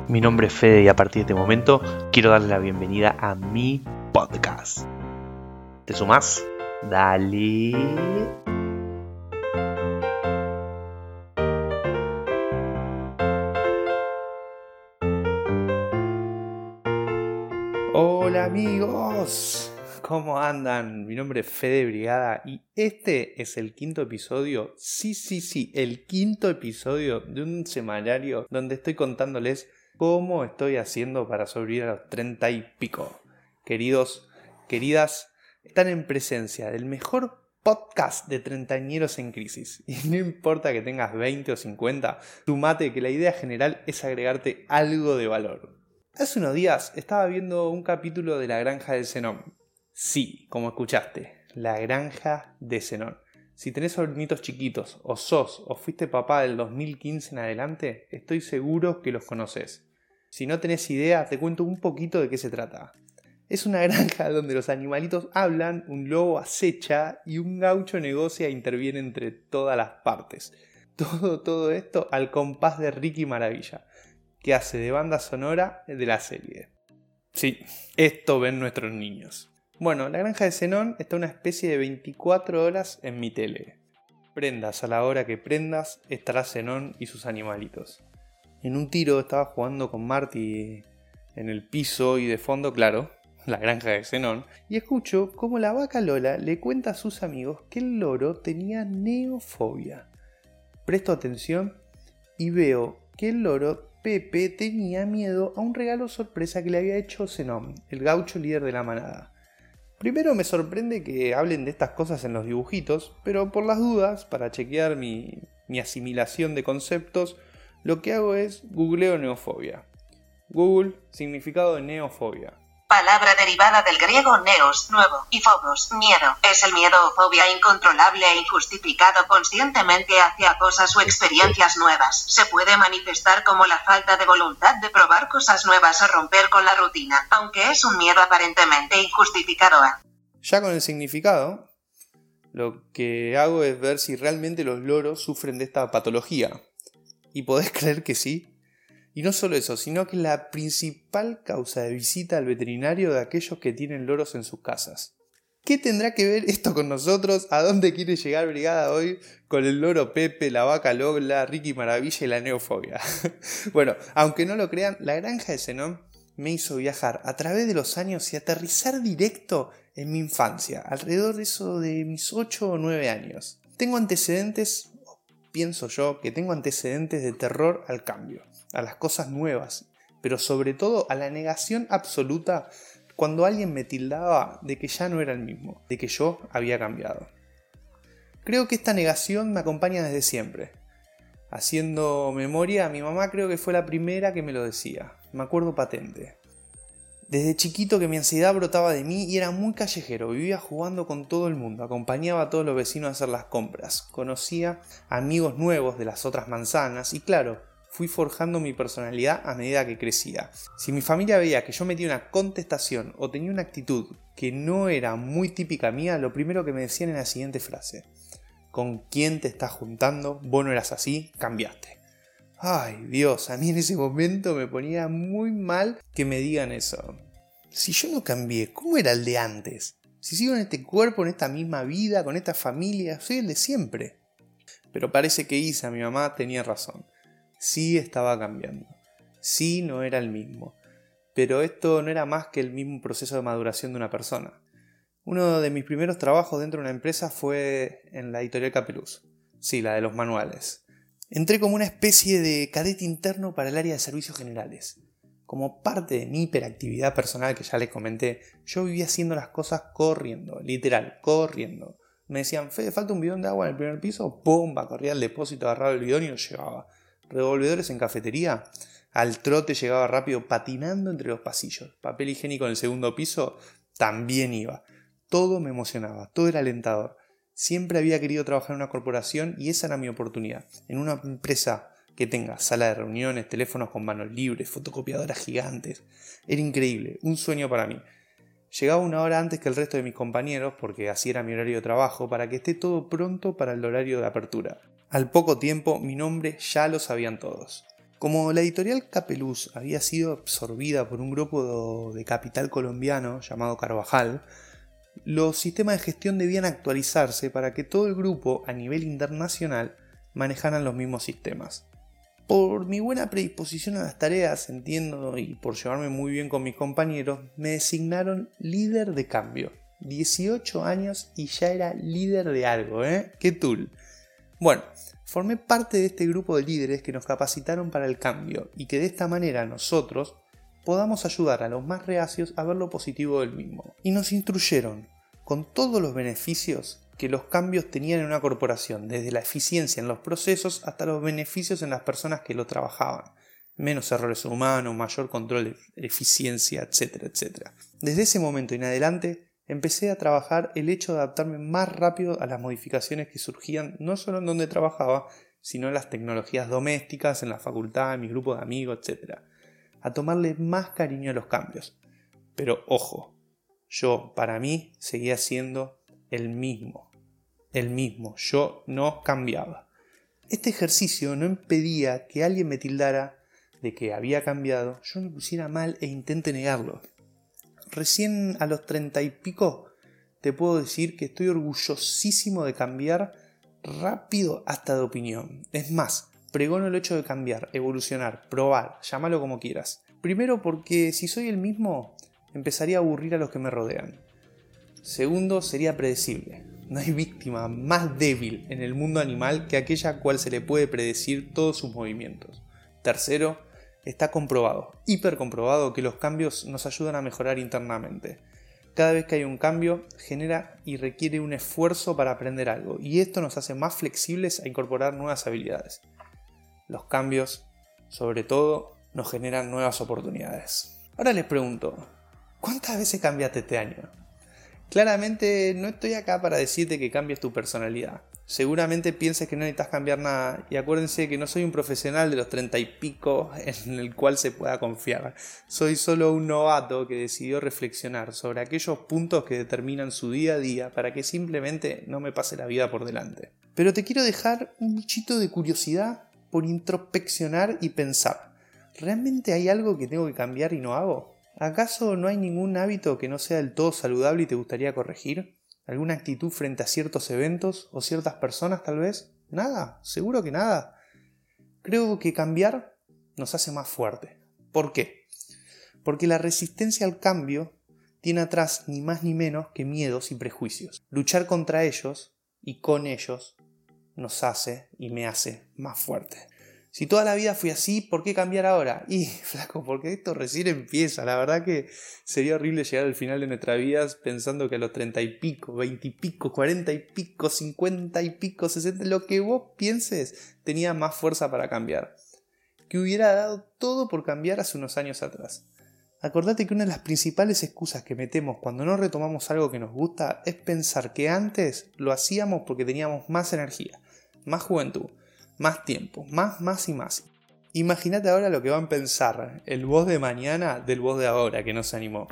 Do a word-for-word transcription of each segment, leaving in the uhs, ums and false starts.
Mi nombre es Fede y a partir de este momento quiero darle la bienvenida a mi podcast. ¿Te sumás? Dale. Hola amigos, ¿cómo andan? Mi nombre es Fede Brigada y este es el quinto episodio, sí, sí, sí, el quinto episodio de un semanario donde estoy contándoles cómo estoy haciendo para sobrevivir a los treinta y pico. Queridos, queridas, están en presencia del mejor podcast de treintañeros en crisis. Y no importa que tengas veinte o cincuenta, sumate que la idea general es agregarte algo de valor. Hace unos días estaba viendo un capítulo de La Granja de Zenón. Sí, como escuchaste, La Granja de Zenón. Si tenés sobrinitos chiquitos, o sos, o fuiste papá del dos mil quince en adelante, estoy seguro que los conoces. Si no tenés idea, te cuento un poquito de qué se trata. Es una granja donde los animalitos hablan, un lobo acecha y un gaucho negocia e interviene entre todas las partes. Todo, todo esto al compás de Ricky Maravilla, que hace de banda sonora de la serie. Sí, esto ven nuestros niños. Bueno, La Granja de Zenón está una especie de veinticuatro horas en mi tele. Prendas a la hora que prendas, estará Zenón y sus animalitos. En un tiro estaba jugando con Marty en el piso y de fondo, claro, La Granja de Zenón, y escucho cómo la vaca Lola le cuenta a sus amigos que el loro tenía neofobia. Presto atención y veo que el loro Pepe tenía miedo a un regalo sorpresa que le había hecho Zenón, el gaucho líder de la manada. Primero me sorprende que hablen de estas cosas en los dibujitos, pero por las dudas, para chequear mi, mi asimilación de conceptos, lo que hago es googleo neofobia. Google, significado de neofobia. Palabra derivada del griego neos, nuevo, y phobos, miedo. Es el miedo o fobia incontrolable e injustificado conscientemente hacia cosas o experiencias nuevas. Se puede manifestar como la falta de voluntad de probar cosas nuevas o romper con la rutina, aunque es un miedo aparentemente injustificado a. Ya con el significado, lo que hago es ver si realmente los loros sufren de esta patología. Y podés creer que sí. Y no solo eso, sino que es la principal causa de visita al veterinario de aquellos que tienen loros en sus casas. ¿Qué tendrá que ver esto con nosotros? ¿A dónde quiere llegar Brigada hoy con el loro Pepe, la vaca Lola, Ricky Maravilla y la neofobia? Bueno, aunque no lo crean, La Granja de Zenón me hizo viajar a través de los años y aterrizar directo en mi infancia, alrededor de eso de mis ocho o nueve años. Tengo antecedentes, pienso yo, que tengo antecedentes de terror al cambio, a las cosas nuevas, pero sobre todo a la negación absoluta cuando alguien me tildaba de que ya no era el mismo, de que yo había cambiado. Creo que esta negación me acompaña desde siempre. Haciendo memoria, mi mamá creo que fue la primera que me lo decía, me acuerdo patente. Desde chiquito que mi ansiedad brotaba de mí y era muy callejero, vivía jugando con todo el mundo, acompañaba a todos los vecinos a hacer las compras, conocía amigos nuevos de las otras manzanas y claro, fui forjando mi personalidad a medida que crecía. Si mi familia veía que yo metía una contestación o tenía una actitud que no era muy típica mía, lo primero que me decían era la siguiente frase: ¿con quién te estás juntando? Vos no eras así, cambiaste. Ay Dios, a mí en ese momento me ponía muy mal que me digan eso. Si yo no cambié, ¿cómo era el de antes? Si sigo en este cuerpo, en esta misma vida, con esta familia, soy el de siempre. Pero parece que Isa, mi mamá, tenía razón. Sí estaba cambiando. Sí no era el mismo. Pero esto no era más que el mismo proceso de maduración de una persona. Uno de mis primeros trabajos dentro de una empresa fue en la editorial Capeluz. Sí, la de los manuales. Entré como una especie de cadete interno para el área de servicios generales. Como parte de mi hiperactividad personal que ya les comenté, yo vivía haciendo las cosas corriendo, literal, corriendo. Me decían, Fede, falta un bidón de agua en el primer piso, ¡pumba! Corría al depósito, agarraba el bidón y lo llevaba. Revolvedores en cafetería, al trote llegaba rápido patinando entre los pasillos. Papel higiénico en el segundo piso, también iba. Todo me emocionaba, todo era alentador. Siempre había querido trabajar en una corporación y esa era mi oportunidad. En una empresa que tenga sala de reuniones, teléfonos con manos libres, fotocopiadoras gigantes. Era increíble, un sueño para mí. Llegaba una hora antes que el resto de mis compañeros, porque así era mi horario de trabajo, para que esté todo pronto para el horario de apertura. Al poco tiempo, mi nombre ya lo sabían todos. Como la editorial Capeluz había sido absorbida por un grupo de capital colombiano llamado Carvajal, los sistemas de gestión debían actualizarse para que todo el grupo a nivel internacional manejaran los mismos sistemas. Por mi buena predisposición a las tareas, entiendo, y por llevarme muy bien con mis compañeros, me designaron líder de cambio. dieciocho años y ya era líder de algo, ¿eh? ¡Qué tool! Bueno, formé parte de este grupo de líderes que nos capacitaron para el cambio y que de esta manera nosotros podamos ayudar a los más reacios a ver lo positivo del mismo. Y nos instruyeron con todos los beneficios que los cambios tenían en una corporación, desde la eficiencia en los procesos hasta los beneficios en las personas que lo trabajaban. Menos errores humanos, mayor control de eficiencia, etcétera, etcétera. Desde ese momento en adelante empecé a trabajar el hecho de adaptarme más rápido a las modificaciones que surgían no solo en donde trabajaba, sino en las tecnologías domésticas, en la facultad, en mi grupo de amigos, etcétera. A tomarle más cariño a los cambios. Pero ojo, yo para mí seguía siendo el mismo. El mismo, yo no cambiaba. Este ejercicio no impedía que alguien me tildara de que había cambiado, yo me pusiera mal e intente negarlo. Recién a los treinta y pico te puedo decir que estoy orgullosísimo de cambiar rápido hasta de opinión. Es más, pregono el hecho de cambiar, evolucionar, probar, llámalo como quieras. Primero porque si soy el mismo, empezaría a aburrir a los que me rodean. Segundo, sería predecible. No hay víctima más débil en el mundo animal que aquella a cual se le puede predecir todos sus movimientos. Tercero, está comprobado, hiper comprobado, que los cambios nos ayudan a mejorar internamente. Cada vez que hay un cambio, genera y requiere un esfuerzo para aprender algo, y esto nos hace más flexibles a incorporar nuevas habilidades. Los cambios, sobre todo, nos generan nuevas oportunidades. Ahora les pregunto, ¿cuántas veces cambiaste este año? Claramente no estoy acá para decirte que cambies tu personalidad. Seguramente pienses que no necesitas cambiar nada, y acuérdense que no soy un profesional de los treinta y pico en el cual se pueda confiar. Soy solo un novato que decidió reflexionar sobre aquellos puntos que determinan su día a día para que simplemente no me pase la vida por delante. Pero te quiero dejar un bichito de curiosidad por introspeccionar y pensar. ¿Realmente hay algo que tengo que cambiar y no hago? ¿Acaso no hay ningún hábito que no sea del todo saludable y te gustaría corregir? ¿Alguna actitud frente a ciertos eventos o ciertas personas tal vez? Nada, seguro que nada. Creo que cambiar nos hace más fuerte. ¿Por qué? Porque la resistencia al cambio tiene atrás ni más ni menos que miedos y prejuicios. Luchar contra ellos y con ellos nos hace y me hace más fuerte. Si toda la vida fui así, ¿por qué cambiar ahora? Y, flaco, porque esto recién empieza. La verdad que sería horrible llegar al final de nuestras vidas pensando que a los treinta y pico, veinte y pico, cuarenta y pico, cincuenta y pico, sesenta, lo que vos pienses, tenía más fuerza para cambiar. Que hubiera dado todo por cambiar hace unos años atrás. Acordate que una de las principales excusas que metemos cuando no retomamos algo que nos gusta es pensar que antes lo hacíamos porque teníamos más energía, más juventud, más tiempo, más, más y más. Imagínate ahora lo que van a pensar el vos de mañana del vos de ahora que no se animó.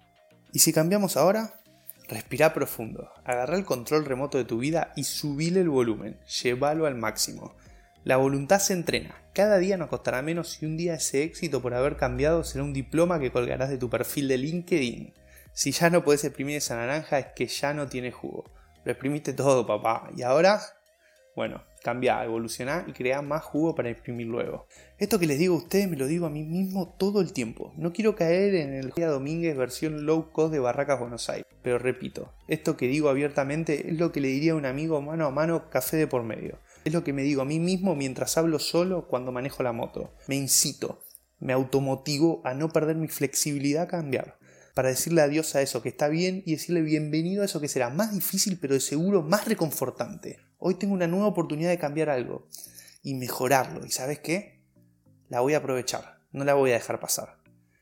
Y si cambiamos ahora, respirá profundo, agarrá el control remoto de tu vida y subile el volumen, llévalo al máximo. La voluntad se entrena, cada día nos costará menos y un día ese éxito por haber cambiado será un diploma que colgarás de tu perfil de LinkedIn. Si ya no podés exprimir esa naranja es que ya no tiene jugo. Lo exprimiste todo, papá, y ahora... Bueno, cambia, evoluciona y crea más jugo para exprimir luego. Esto que les digo a ustedes me lo digo a mí mismo todo el tiempo. No quiero caer en el Día Domínguez versión low cost de Barracas Buenos Aires. Pero repito, esto que digo abiertamente es lo que le diría a un amigo mano a mano, café de por medio. Es lo que me digo a mí mismo mientras hablo solo cuando manejo la moto. Me incito, me automotivo a no perder mi flexibilidad a cambiar. Para decirle adiós a eso que está bien y decirle bienvenido a eso que será más difícil pero de seguro más reconfortante. Hoy tengo una nueva oportunidad de cambiar algo y mejorarlo. ¿Y sabes qué? La voy a aprovechar, no la voy a dejar pasar.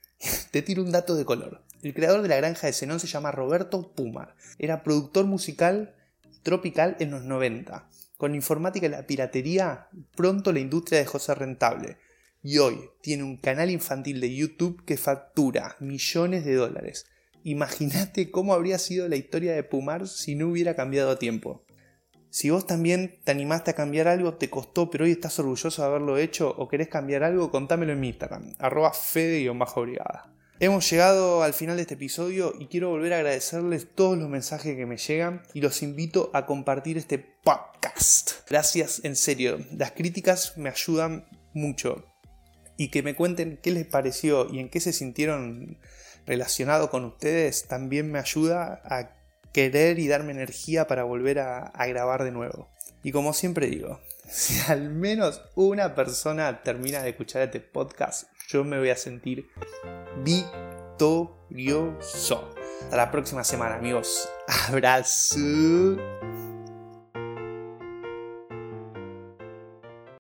Te tiro un dato de color. El creador de La Granja de Zenón se llama Roberto Pumar. Era productor musical tropical en los noventa. Con la informática y la piratería, pronto la industria dejó de ser rentable. Y hoy tiene un canal infantil de YouTube que factura millones de dólares. Imagínate cómo habría sido la historia de Pumar si no hubiera cambiado a tiempo. Si vos también te animaste a cambiar algo, te costó, pero hoy estás orgulloso de haberlo hecho o querés cambiar algo, contámelo en mi Instagram, arroba fede-brigada. Hemos llegado al final de este episodio y quiero volver a agradecerles todos los mensajes que me llegan y los invito a compartir este podcast. Gracias, en serio, las críticas me ayudan mucho y que me cuenten qué les pareció y en qué se sintieron relacionados con ustedes también me ayuda a querer y darme energía para volver a, a grabar de nuevo. Y como siempre digo, si al menos una persona termina de escuchar este podcast, yo me voy a sentir victorioso. Hasta la próxima semana, amigos. Abrazo.